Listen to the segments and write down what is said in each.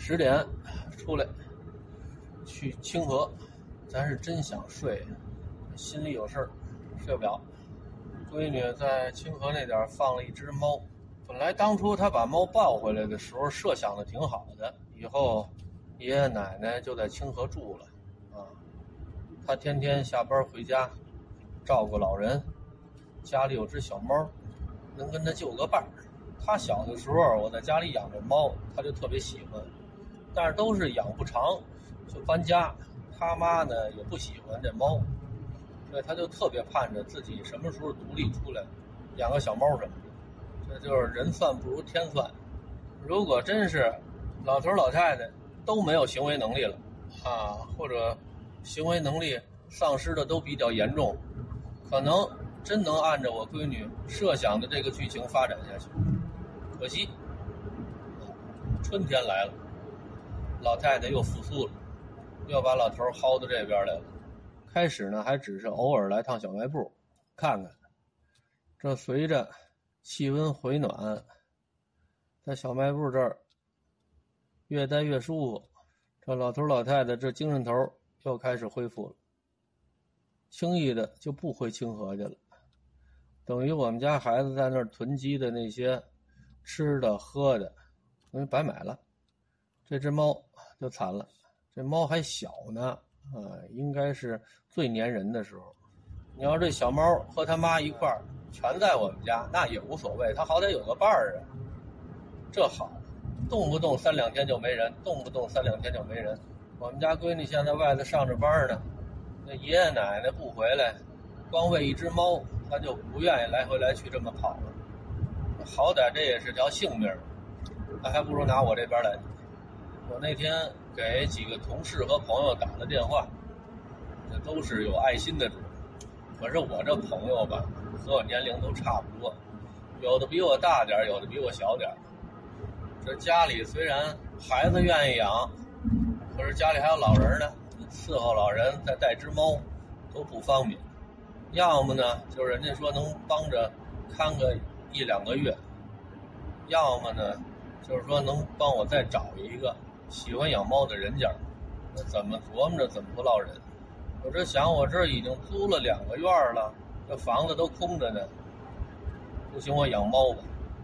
10点出来去清河，咱是真想睡，心里有事儿，睡不了。闺女在清河那点放了一只猫，本来当初她把猫抱回来的时候设想的挺好的，以后爷爷奶奶就在清河住了啊。她天天下班回家照顾老人，家里有只小猫，能跟她就个伴儿。她小的时候我在家里养着猫，她就特别喜欢，但是都是养不长就搬家，他妈呢也不喜欢这猫，所以他就特别盼着自己什么时候独立出来养个小猫什么的。这就是人算不如天算，如果真是老头老太太都没有行为能力了啊，或者行为能力丧失的都比较严重，可能真能按照我闺女设想的这个剧情发展下去。可惜春天来了，老太太又复苏了，又把老头薅到这边来了。开始呢还只是偶尔来趟小卖部看看，这随着气温回暖，在小卖部这儿越待越舒服，这老头老太太这精神头又开始恢复了，轻易的就不回清河去了。等于我们家孩子在那儿囤积的那些吃的喝的等于白买了。这只猫就惨了，这猫还小呢应该是最粘人的时候。你要这小猫和他妈一块儿全在我们家，那也无所谓，它好歹有个伴儿啊。这好，动不动3、2天就没人，动不动3、2天就没人。我们家闺女现在外头上着班呢，那爷爷奶奶不回来，光为一只猫，她就不愿意来回来去这么跑了。好歹这也是条性命，她还不如拿我这边来。我那天给几个同事和朋友打了电话，这都是有爱心的主。可是我这朋友吧，和我年龄都差不多，有的比我大点，有的比我小点。这家里虽然孩子愿意养，可是家里还有老人呢，伺候老人再带只猫都不方便。要么呢就是人家说能帮着看个1、2个月，要么呢就是说能帮我再找一个喜欢养猫的人家。怎么琢磨着怎么不落人。我这想我这已经租了2个月了，这房子都空着呢，不行我养猫吧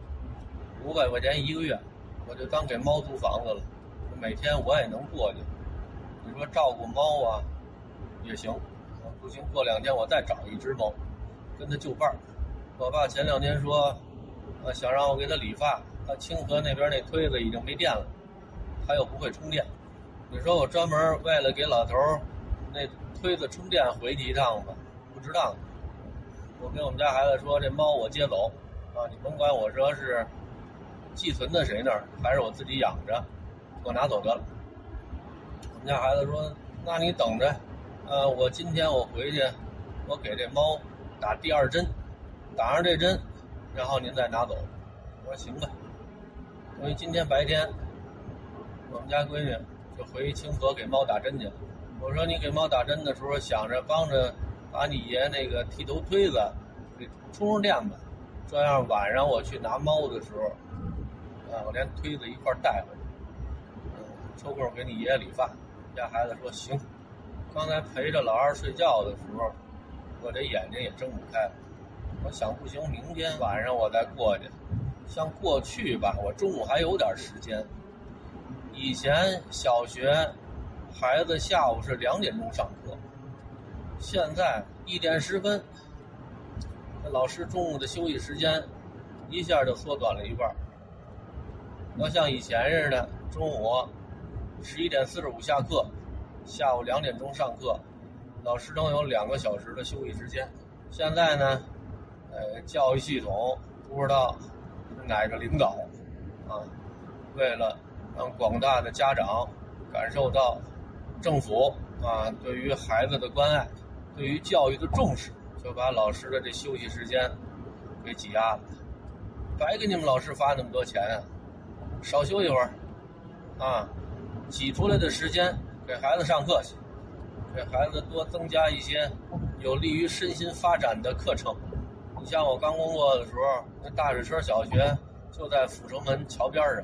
，500块钱1个月，我就当给猫租房子了，每天我也能过去。你说照顾猫啊也行，不行过2天我再找一只猫跟它就伴儿。我爸前2天说想让我给他理发，他清河那边那推子已经没电了，他又不会充电。你说我专门为了给老头那推子充电回去一趟吧，不值当。我跟我们家孩子说，这猫我接走啊，你甭管我说是寄存在谁那儿，还是我自己养着，给我拿走得了。我们家孩子说，那你等着我今天我回去，我给这猫打第2针，打上这针然后您再拿走。我说行吧。所以今天白天我们家闺女就回清河给猫打针去了。我说你给猫打针的时候想着帮着把你爷那个剃头推子给充电吧，这样晚上我去拿猫的时候我连推子一块带回去，抽空给你爷爷理发。家孩子说行。刚才陪着老二睡觉的时候，我这眼睛也睁不开了，我想不行明天晚上我再过去。像过去吧，我中午还有点时间，以前小学孩子下午是2点钟上课，现在1点10分，老师中午的休息时间一下就缩短了一半。要像以前似的，中午11点45下课，下午2点钟上课，老师能有2个小时的休息时间。现在呢教育系统不知道是哪个领导为了让广大的家长感受到政府对于孩子的关爱，对于教育的重视，就把老师的这休息时间给挤压了。白给你们老师发那么多钱少休一会儿挤出来的时间给孩子上课去，给孩子多增加一些有利于身心发展的课程。你像我刚工作的时候，那大水车小学就在阜成门桥边上，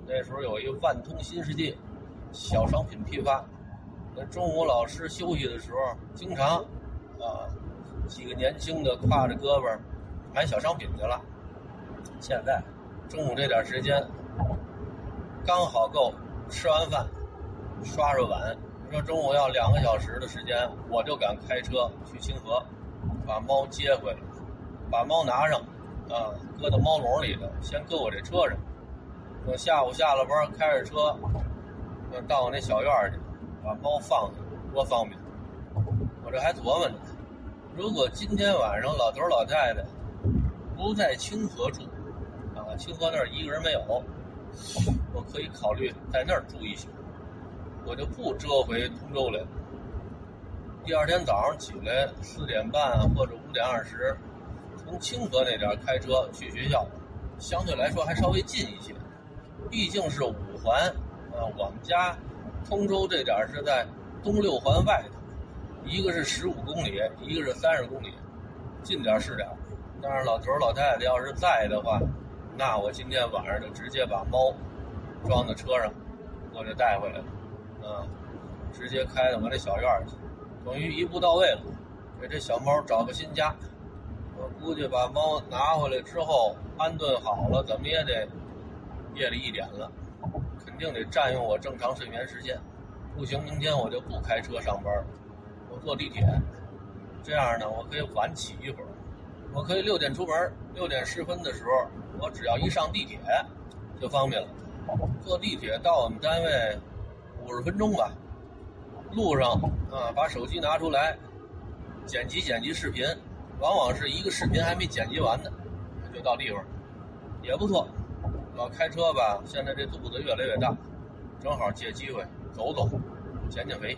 那时候有一个万通新世界小商品批发，那中午老师休息的时候，经常几个年轻的挎着胳膊买小商品去了。现在中午这点时间刚好够吃完饭刷刷碗。你说中午要2个小时的时间，我就敢开车去清河，把猫接回来，把猫拿上搁到猫笼里头，先搁我这车上。我下午下了班开着车到我那小院去，把猫放下，多方便。我这还琢磨呢，如果今天晚上老头老太太不在清河住清河那儿一个人没有，我可以考虑在那儿住一宿，我就不折回通州来。第二天早上起来4点半或者5点20，从清河那点开车去学校，相对来说还稍微近一些，毕竟是5环我们家通州这点是在东6环外头，一个是15公里，一个是30公里，近点是点。但是老头老太太要是在的话，那我今天晚上就直接把猫装到车上，我就带回来了直接开到我这小院去，等于一步到位了，给这小猫找个新家。我估计把猫拿回来之后安顿好了，怎么也得夜里1点了，肯定得占用我正常睡眠时间。不行，明天我就不开车上班，我坐地铁，这样呢我可以晚起一会儿，我可以6点出门，6点10分的时候我只要一上地铁就方便了。坐地铁到我们单位50分钟吧，路上把手机拿出来剪辑视频，往往是一个视频还没剪辑完呢就到地方，也不错。老开车吧，现在这肚子越来越大，正好借机会走走减肥。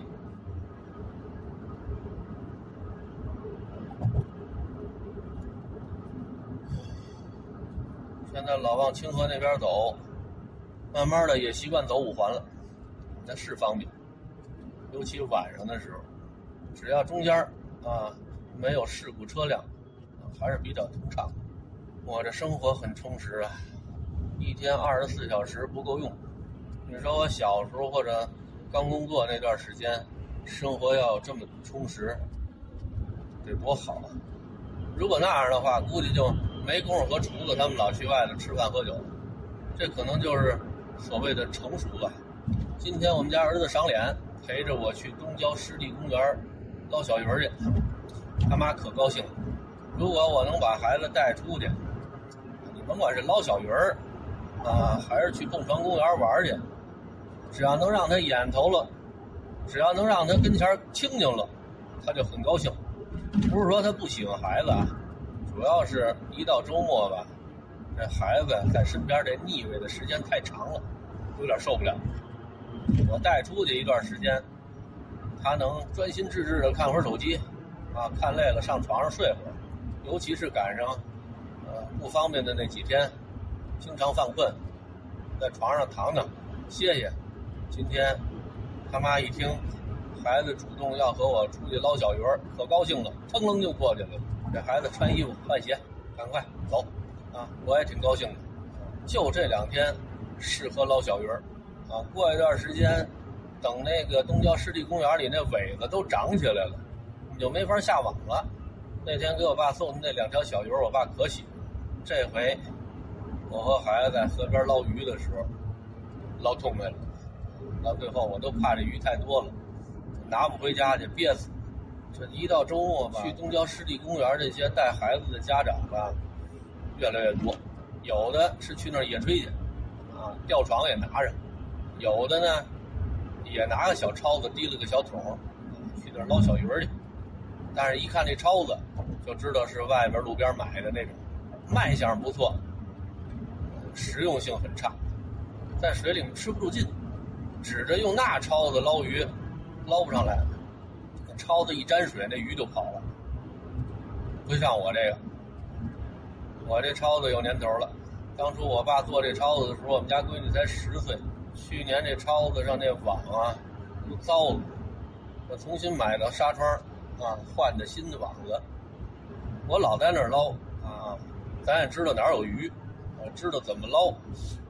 现在老往清河那边走，慢慢的也习惯走5环了，那是方便。尤其晚上的时候，只要中间没有事故车辆还是比较通畅。我这生活很充实一天24小时不够用。你说我小时候或者刚工作那段时间，生活要这么充实得多好如果那样的话，估计就没工夫和厨子他们老去外头吃饭喝酒，这可能就是所谓的成熟吧。今天我们家儿子赏脸，陪着我去东郊湿地公园捞小鱼去，他妈可高兴了。如果我能把孩子带出去，你甭管是捞小鱼还是去蹦床公园玩去，只要能让他眼头了，只要能让他跟前清静了，他就很高兴。不是说他不喜欢孩子主要是一到周末吧，这孩子在身边这腻味的时间太长了，有点受不了。我带出去一段时间，他能专心致志的看会儿手机看累了上床上睡会儿，尤其是赶上不方便的那几天，经常犯困，在床上躺躺歇歇。今天他妈一听孩子主动要和我出去捞小鱼，可高兴了，腾楞就过去了。这孩子穿衣服换鞋，赶快走我也挺高兴的。就这2天适合捞小鱼过一段时间，等那个东郊湿地公园里那尾子都长起来了，你就没法下网了。那天给我爸送的那2条小鱼，我爸可喜欢。这回我和孩子在河边捞鱼的时候捞痛快了，到最后我都怕这鱼太多了拿不回家去憋死。这一到周末吧，去东郊湿地公园这些带孩子的家长吧越来越多，有的是去那儿野炊去吊床也拿着，有的呢也拿个小抄子提了个小桶去那儿捞小鱼去。但是一看这抄子就知道是外边路边买的那种，卖相不错，实用性很差，在水里面吃不住劲，指着用那抄子捞鱼捞不上来，抄子一沾水那鱼就跑了。不像我这个，我这抄子有年头了，当初我爸做这抄子的时候，我们家闺女才10岁，去年这抄子上那网都糟了，我重新买的纱窗换的新的网子。我老在那儿捞咱也知道哪儿有鱼，知道怎么捞，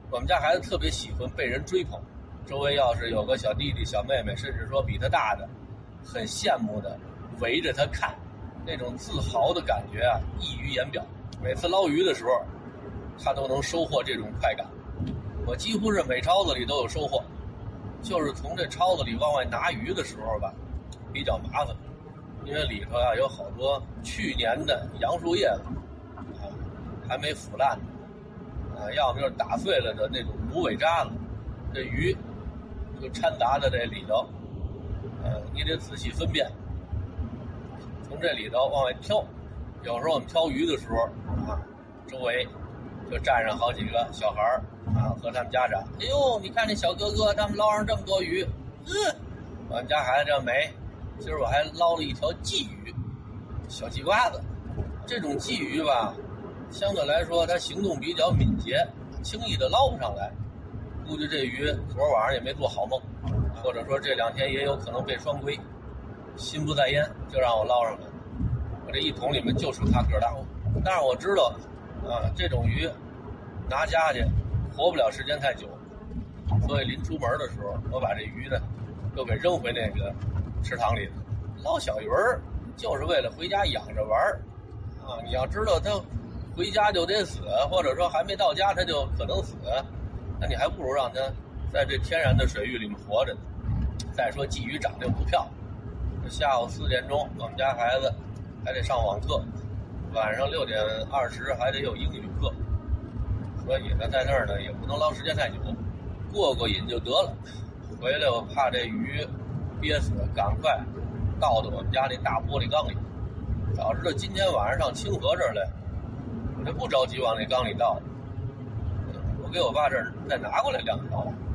我们家孩子特别喜欢被人追捧，周围要是有个小弟弟小妹妹，甚至说比他大的，很羡慕的围着他看，那种自豪的感觉啊溢于言表。每次捞鱼的时候他都能收获这种快感，我几乎是每抄子里都有收获，就是从这抄子里往外拿鱼的时候吧比较麻烦，因为里头啊有好多去年的杨树叶子啊还没腐烂啊，要么就是打碎了的那种芦苇渣子，这鱼就掺杂在这里头，你得仔细分辨，从这里头往外挑。有时候我们挑鱼的时候啊，周围就站上好几个小孩啊和他们家长，哎呦，你看这小哥哥他们捞上这么多鱼，我们家孩子这没，今儿我还捞了一条鲫鱼，小鸡瓜子。这种鲫鱼吧，相对来说它行动比较敏捷，轻易的捞不上来。估计这鱼昨晚上也没做好梦，或者说这2天也有可能被双规，心不在焉就让我捞上来。我这一桶里面就属它个大，但是我知道啊，这种鱼拿家去活不了时间太久，所以临出门的时候我把这鱼呢都给扔回那个池塘里。捞小鱼儿就是为了回家养着玩啊，你要知道它回家就得死，或者说还没到家它就可能死，那你还不如让它在这天然的水域里面活着呢。再说鲫鱼长得又不漂亮，下午4点钟我们家孩子还得上网课，晚上6点20还得有英语课，所以呢在那儿呢也不能捞时间太久，过瘾就得了。回来我怕这鱼憋死，赶快倒到我们家那大玻璃缸里。早知道今天晚上上清河这儿来，我就不着急往那缸里倒，我给我爸这儿再拿过来2条。